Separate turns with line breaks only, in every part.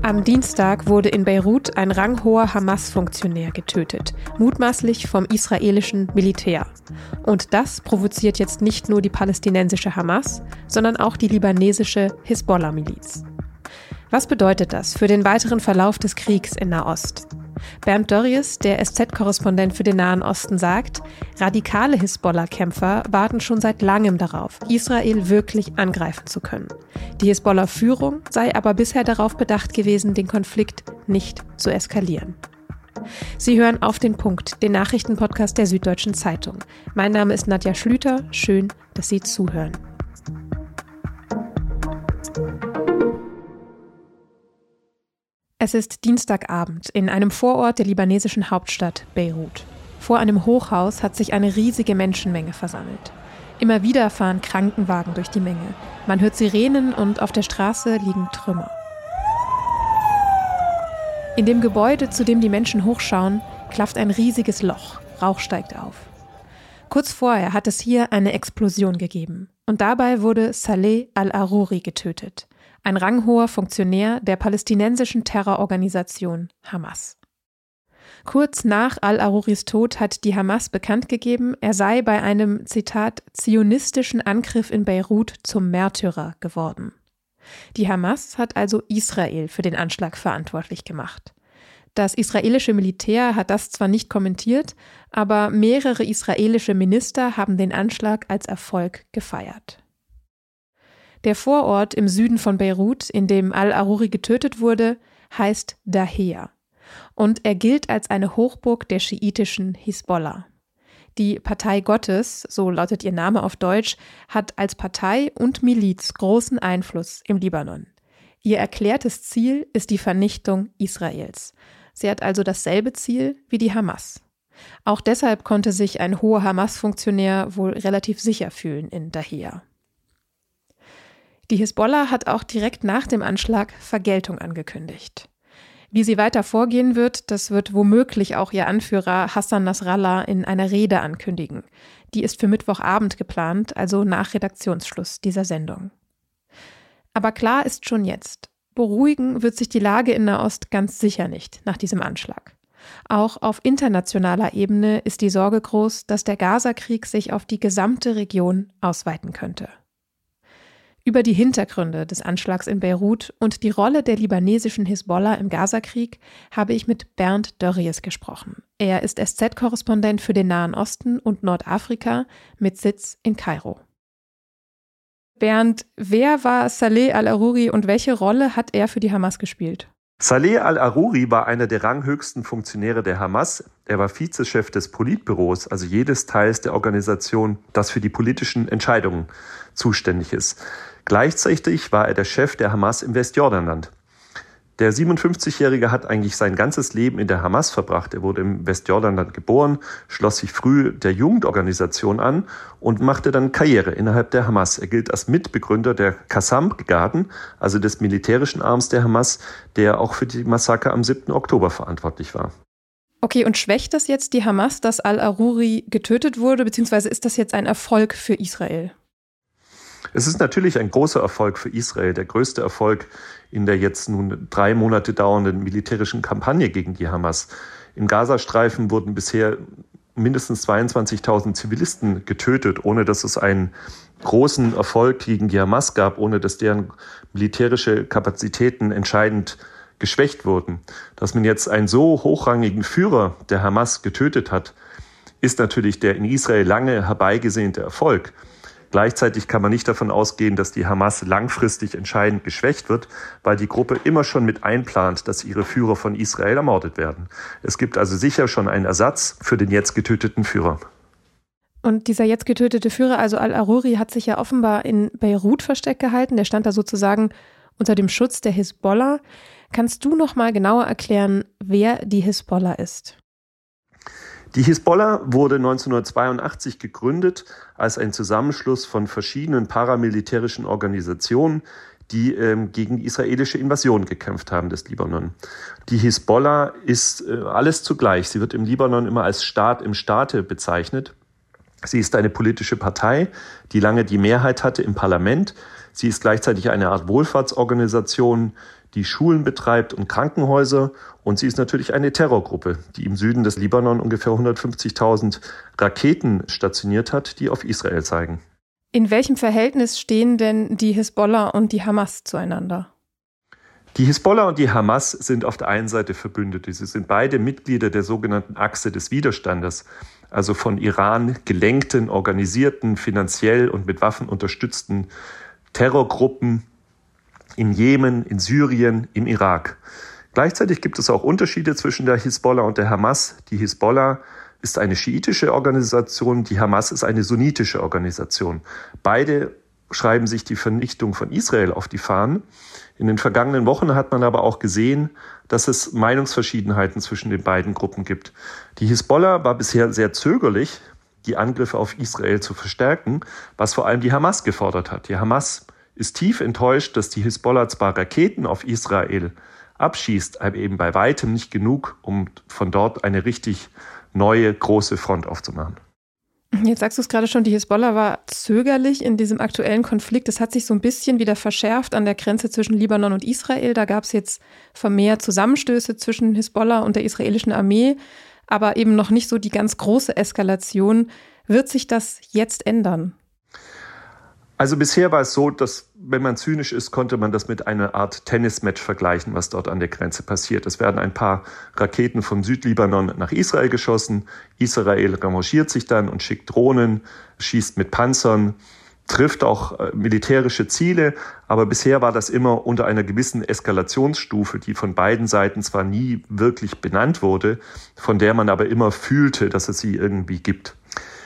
Am Dienstag wurde in Beirut ein ranghoher Hamas-Funktionär getötet, mutmaßlich vom israelischen Militär. Und das provoziert jetzt nicht nur die palästinensische Hamas, sondern auch die libanesische Hisbollah-Miliz. Was bedeutet das für den weiteren Verlauf des Kriegs in Nahost? Bernd Dörries, der SZ-Korrespondent für den Nahen Osten, sagt, radikale Hisbollah-Kämpfer warten schon seit langem darauf, Israel wirklich angreifen zu können. Die Hisbollah-Führung sei aber bisher darauf bedacht gewesen, den Konflikt nicht zu eskalieren. Sie hören Auf den Punkt, den Nachrichtenpodcast der Süddeutschen Zeitung. Mein Name ist Nadja Schlüter. Schön, dass Sie zuhören. Es ist Dienstagabend in einem Vorort der libanesischen Hauptstadt Beirut. Vor einem Hochhaus hat sich eine riesige Menschenmenge versammelt. Immer wieder fahren Krankenwagen durch die Menge. Man hört Sirenen und auf der Straße liegen Trümmer. In dem Gebäude, zu dem die Menschen hochschauen, klafft ein riesiges Loch. Rauch steigt auf. Kurz vorher hat es hier eine Explosion gegeben. Und dabei wurde Saleh al-Aruri getötet. Ein ranghoher Funktionär der palästinensischen Terrororganisation Hamas. Kurz nach al-Aruris Tod hat die Hamas bekannt gegeben, er sei bei einem, Zitat, zionistischen Angriff in Beirut zum Märtyrer geworden. Die Hamas hat also Israel für den Anschlag verantwortlich gemacht. Das israelische Militär hat das zwar nicht kommentiert, aber mehrere israelische Minister haben den Anschlag als Erfolg gefeiert. Der Vorort im Süden von Beirut, in dem al-Aruri getötet wurde, heißt Dahiya. Und er gilt als eine Hochburg der schiitischen Hisbollah. Die Partei Gottes, so lautet ihr Name auf Deutsch, hat als Partei und Miliz großen Einfluss im Libanon. Ihr erklärtes Ziel ist die Vernichtung Israels. Sie hat also dasselbe Ziel wie die Hamas. Auch deshalb konnte sich ein hoher Hamas-Funktionär wohl relativ sicher fühlen in Dahiya. Die Hisbollah hat auch direkt nach dem Anschlag Vergeltung angekündigt. Wie sie weiter vorgehen wird, das wird womöglich auch ihr Anführer Hassan Nasrallah in einer Rede ankündigen. Die ist für Mittwochabend geplant, also nach Redaktionsschluss dieser Sendung. Aber klar ist schon jetzt, beruhigen wird sich die Lage in Nahost ganz sicher nicht nach diesem Anschlag. Auch auf internationaler Ebene ist die Sorge groß, dass der Gaza-Krieg sich auf die gesamte Region ausweiten könnte. Über die Hintergründe des Anschlags in Beirut und die Rolle der libanesischen Hisbollah im Gazakrieg habe ich mit Bernd Dörries gesprochen. Er ist SZ-Korrespondent für den Nahen Osten und Nordafrika mit Sitz in Kairo. Bernd, wer war Saleh al-Aruri und welche Rolle hat er für die Hamas gespielt?
Saleh al-Aruri war einer der ranghöchsten Funktionäre der Hamas. Er war Vizechef des Politbüros, also jedes Teils der Organisation, das für die politischen Entscheidungen zuständig ist. Gleichzeitig war er der Chef der Hamas im Westjordanland. Der 57-Jährige hat eigentlich sein ganzes Leben in der Hamas verbracht. Er wurde im Westjordanland geboren, schloss sich früh der Jugendorganisation an und machte dann Karriere innerhalb der Hamas. Er gilt als Mitbegründer der Qassam-Brigaden, also des militärischen Arms der Hamas, der auch für die Massaker am 7. Oktober verantwortlich war.
Okay, und schwächt das jetzt die Hamas, dass al-Aruri getötet wurde, beziehungsweise ist das jetzt ein Erfolg für Israel?
Es ist natürlich ein großer Erfolg für Israel, der größte Erfolg in der jetzt nun 3 Monate dauernden militärischen Kampagne gegen die Hamas. Im Gazastreifen wurden bisher mindestens 22.000 Zivilisten getötet, ohne dass es einen großen Erfolg gegen die Hamas gab, ohne dass deren militärische Kapazitäten entscheidend geschwächt wurden. Dass man jetzt einen so hochrangigen Führer der Hamas getötet hat, ist natürlich der in Israel lange herbeigesehnte Erfolg. Gleichzeitig kann man nicht davon ausgehen, dass die Hamas langfristig entscheidend geschwächt wird, weil die Gruppe immer schon mit einplant, dass ihre Führer von Israel ermordet werden. Es gibt also sicher schon einen Ersatz für den jetzt getöteten Führer.
Und dieser jetzt getötete Führer, also al-Aruri, hat sich ja offenbar in Beirut versteckt gehalten. Der stand da sozusagen unter dem Schutz der Hisbollah. Kannst du noch mal genauer erklären, wer die Hisbollah ist?
Die Hisbollah wurde 1982 gegründet als ein Zusammenschluss von verschiedenen paramilitärischen Organisationen, die gegen die israelische Invasion gekämpft haben des Libanon. Die Hisbollah ist alles zugleich. Sie wird im Libanon immer als Staat im Staate bezeichnet. Sie ist eine politische Partei, die lange die Mehrheit hatte im Parlament. Sie ist gleichzeitig eine Art Wohlfahrtsorganisation, die Schulen betreibt und Krankenhäuser. Und sie ist natürlich eine Terrorgruppe, die im Süden des Libanon ungefähr 150.000 Raketen stationiert hat, die auf Israel zeigen.
In welchem Verhältnis stehen denn die Hisbollah und die Hamas zueinander?
Die Hisbollah und die Hamas sind auf der einen Seite Verbündete. Sie sind beide Mitglieder der sogenannten Achse des Widerstandes, also von Iran gelenkten, organisierten, finanziell und mit Waffen unterstützten Terrorgruppen im Jemen, in Syrien, im Irak. Gleichzeitig gibt es auch Unterschiede zwischen der Hisbollah und der Hamas. Die Hisbollah ist eine schiitische Organisation, die Hamas ist eine sunnitische Organisation. Beide schreiben sich die Vernichtung von Israel auf die Fahnen. In den vergangenen Wochen hat man aber auch gesehen, dass es Meinungsverschiedenheiten zwischen den beiden Gruppen gibt. Die Hisbollah war bisher sehr zögerlich, die Angriffe auf Israel zu verstärken, was vor allem die Hamas gefordert hat. Die Hamas ist tief enttäuscht, dass die Hisbollah zwar Raketen auf Israel abschießt, aber eben bei weitem nicht genug, um von dort eine richtig neue, große Front aufzumachen.
Jetzt sagst du es gerade schon, die Hisbollah war zögerlich in diesem aktuellen Konflikt. Es hat sich so ein bisschen wieder verschärft an der Grenze zwischen Libanon und Israel. Da gab es jetzt vermehrt Zusammenstöße zwischen Hisbollah und der israelischen Armee, aber eben noch nicht so die ganz große Eskalation. Wird sich das jetzt ändern?
Also bisher war es so, dass, wenn man zynisch ist, konnte man das mit einer Art Tennismatch vergleichen, was dort an der Grenze passiert. Es werden ein paar Raketen vom Südlibanon nach Israel geschossen. Israel revanchiert sich dann und schickt Drohnen, schießt mit Panzern, trifft auch militärische Ziele. Aber bisher war das immer unter einer gewissen Eskalationsstufe, die von beiden Seiten zwar nie wirklich benannt wurde, von der man aber immer fühlte, dass es sie irgendwie gibt.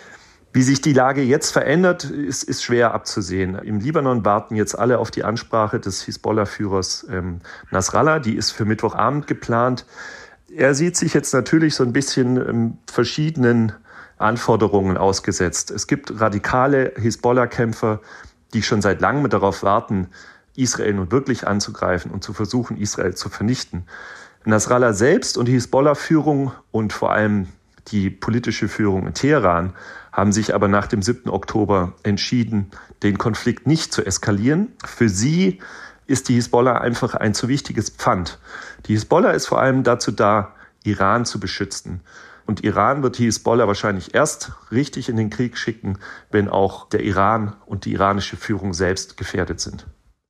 Wie sich die Lage jetzt verändert, ist schwer abzusehen. Im Libanon warten jetzt alle auf die Ansprache des Hisbollah-Führers Nasrallah. Die ist für Mittwochabend geplant. Er sieht sich jetzt natürlich so ein bisschen verschiedenen Anforderungen ausgesetzt. Es gibt radikale Hisbollah-Kämpfer, die schon seit langem darauf warten, Israel nun wirklich anzugreifen und zu versuchen, Israel zu vernichten. Nasrallah selbst und die Hisbollah-Führung und vor allem die politische Führung in Teheran haben sich aber nach dem 7. Oktober entschieden, den Konflikt nicht zu eskalieren. Für sie ist die Hisbollah einfach ein zu wichtiges Pfand. Die Hisbollah ist vor allem dazu da, Iran zu beschützen. Und Iran wird die Hisbollah wahrscheinlich erst richtig in den Krieg schicken, wenn auch der Iran und die iranische Führung selbst gefährdet sind.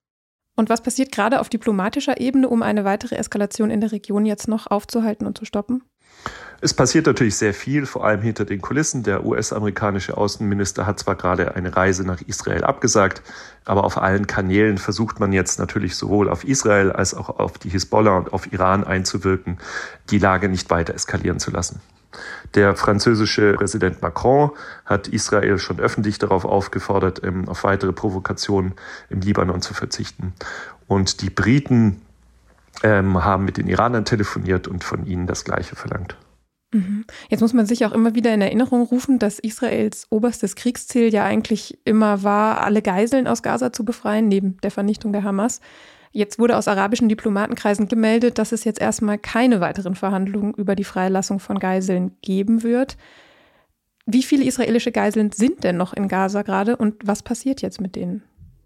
Und was passiert gerade auf diplomatischer Ebene, um eine weitere Eskalation in der Region jetzt noch aufzuhalten und zu stoppen?
Es passiert natürlich sehr viel, vor allem hinter den Kulissen. Der US-amerikanische Außenminister hat zwar gerade eine Reise nach Israel abgesagt, aber auf allen Kanälen versucht man jetzt natürlich sowohl auf Israel als auch auf die Hisbollah und auf Iran einzuwirken, die Lage nicht weiter eskalieren zu lassen. Der französische Präsident Macron hat Israel schon öffentlich darauf aufgefordert, auf weitere Provokationen im Libanon zu verzichten. Und die Briten haben mit den Iranern telefoniert und von ihnen das Gleiche verlangt.
Jetzt muss man sich auch immer wieder in Erinnerung rufen, dass Israels oberstes Kriegsziel ja eigentlich immer war, alle Geiseln aus Gaza zu befreien, neben der Vernichtung der Hamas. Jetzt wurde aus arabischen Diplomatenkreisen gemeldet, dass es jetzt erstmal keine weiteren Verhandlungen über die Freilassung von Geiseln geben wird. Wie viele israelische Geiseln sind denn noch in Gaza gerade und was passiert jetzt mit denen?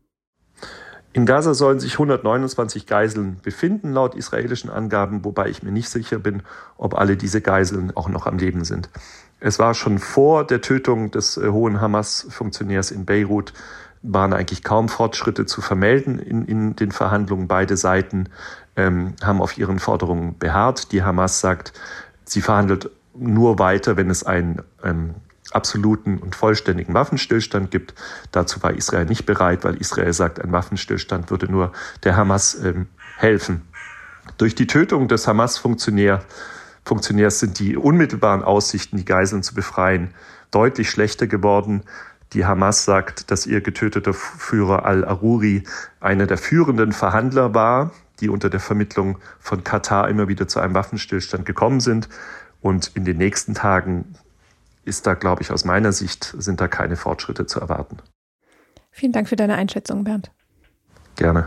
In Gaza sollen sich 129 Geiseln befinden, laut israelischen Angaben, wobei ich mir nicht sicher bin, ob alle diese Geiseln auch noch am Leben sind. Es war schon vor der Tötung des hohen Hamas-Funktionärs in Beirut, waren eigentlich kaum Fortschritte zu vermelden in den Verhandlungen. Beide Seiten haben auf ihren Forderungen beharrt. Die Hamas sagt, sie verhandelt nur weiter, wenn es einen absoluten und vollständigen Waffenstillstand gibt. Dazu war Israel nicht bereit, weil Israel sagt, ein Waffenstillstand würde nur der Hamas helfen. Durch die Tötung des Hamas-Funktionärs sind die unmittelbaren Aussichten, die Geiseln zu befreien, deutlich schlechter geworden. Die Hamas sagt, dass ihr getöteter Führer al-Aruri einer der führenden Verhandler war, die unter der Vermittlung von Katar immer wieder zu einem Waffenstillstand gekommen sind. Und in den nächsten Tagen ist da, glaube ich, aus meiner Sicht, sind da keine Fortschritte zu erwarten.
Vielen Dank für deine Einschätzung, Bernd.
Gerne.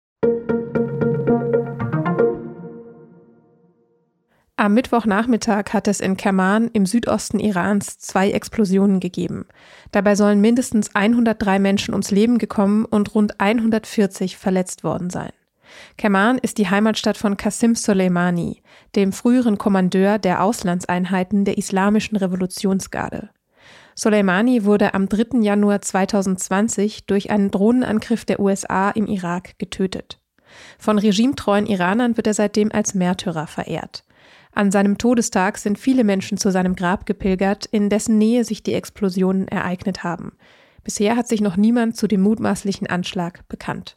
Am Mittwochnachmittag hat es in Kerman im Südosten Irans 2 Explosionen gegeben. Dabei sollen mindestens 103 Menschen ums Leben gekommen und rund 140 verletzt worden sein. Kerman ist die Heimatstadt von Qasem Soleimani, dem früheren Kommandeur der Auslandseinheiten der Islamischen Revolutionsgarde. Soleimani wurde am 3. Januar 2020 durch einen Drohnenangriff der USA im Irak getötet. Von regimetreuen Iranern wird er seitdem als Märtyrer verehrt. An seinem Todestag sind viele Menschen zu seinem Grab gepilgert, in dessen Nähe sich die Explosionen ereignet haben. Bisher hat sich noch niemand zu dem mutmaßlichen Anschlag bekannt.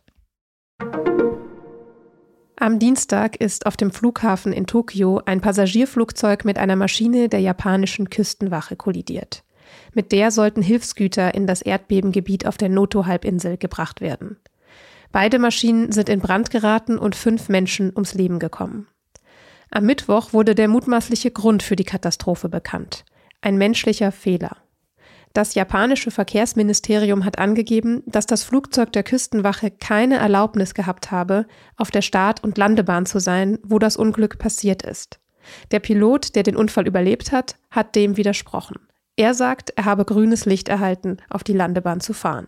Am Dienstag ist auf dem Flughafen in Tokio ein Passagierflugzeug mit einer Maschine der japanischen Küstenwache kollidiert. Mit der sollten Hilfsgüter in das Erdbebengebiet auf der Noto-Halbinsel gebracht werden. Beide Maschinen sind in Brand geraten und 5 Menschen ums Leben gekommen. Am Mittwoch wurde der mutmaßliche Grund für die Katastrophe bekannt: ein menschlicher Fehler. Das japanische Verkehrsministerium hat angegeben, dass das Flugzeug der Küstenwache keine Erlaubnis gehabt habe, auf der Start- und Landebahn zu sein, wo das Unglück passiert ist. Der Pilot, der den Unfall überlebt hat, hat dem widersprochen. Er sagt, er habe grünes Licht erhalten, auf die Landebahn zu fahren.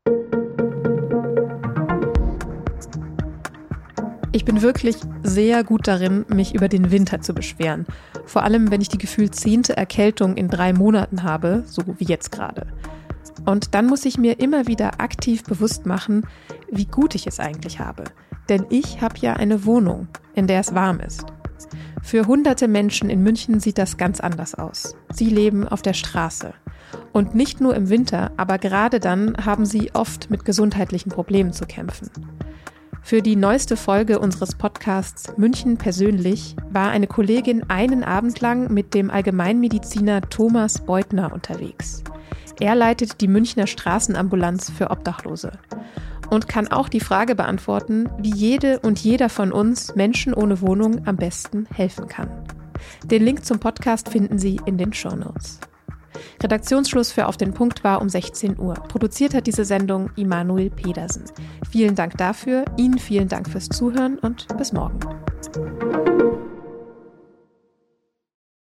Ich bin wirklich sehr gut darin, mich über den Winter zu beschweren. Vor allem, wenn ich die gefühlt 10. Erkältung in 3 Monaten habe, so wie jetzt gerade. Und dann muss ich mir immer wieder aktiv bewusst machen, wie gut ich es eigentlich habe. Denn ich habe ja eine Wohnung, in der es warm ist. Für hunderte Menschen in München sieht das ganz anders aus. Sie leben auf der Straße. Und nicht nur im Winter, aber gerade dann haben sie oft mit gesundheitlichen Problemen zu kämpfen. Für die neueste Folge unseres Podcasts München persönlich war eine Kollegin einen Abend lang mit dem Allgemeinmediziner Thomas Beutner unterwegs. Er leitet die Münchner Straßenambulanz für Obdachlose und kann auch die Frage beantworten, wie jede und jeder von uns Menschen ohne Wohnung am besten helfen kann. Den Link zum Podcast finden Sie in den Shownotes. Redaktionsschluss für Auf den Punkt war um 16 Uhr. Produziert hat diese Sendung Immanuel Pedersen. Vielen Dank dafür, Ihnen vielen Dank fürs Zuhören und bis morgen.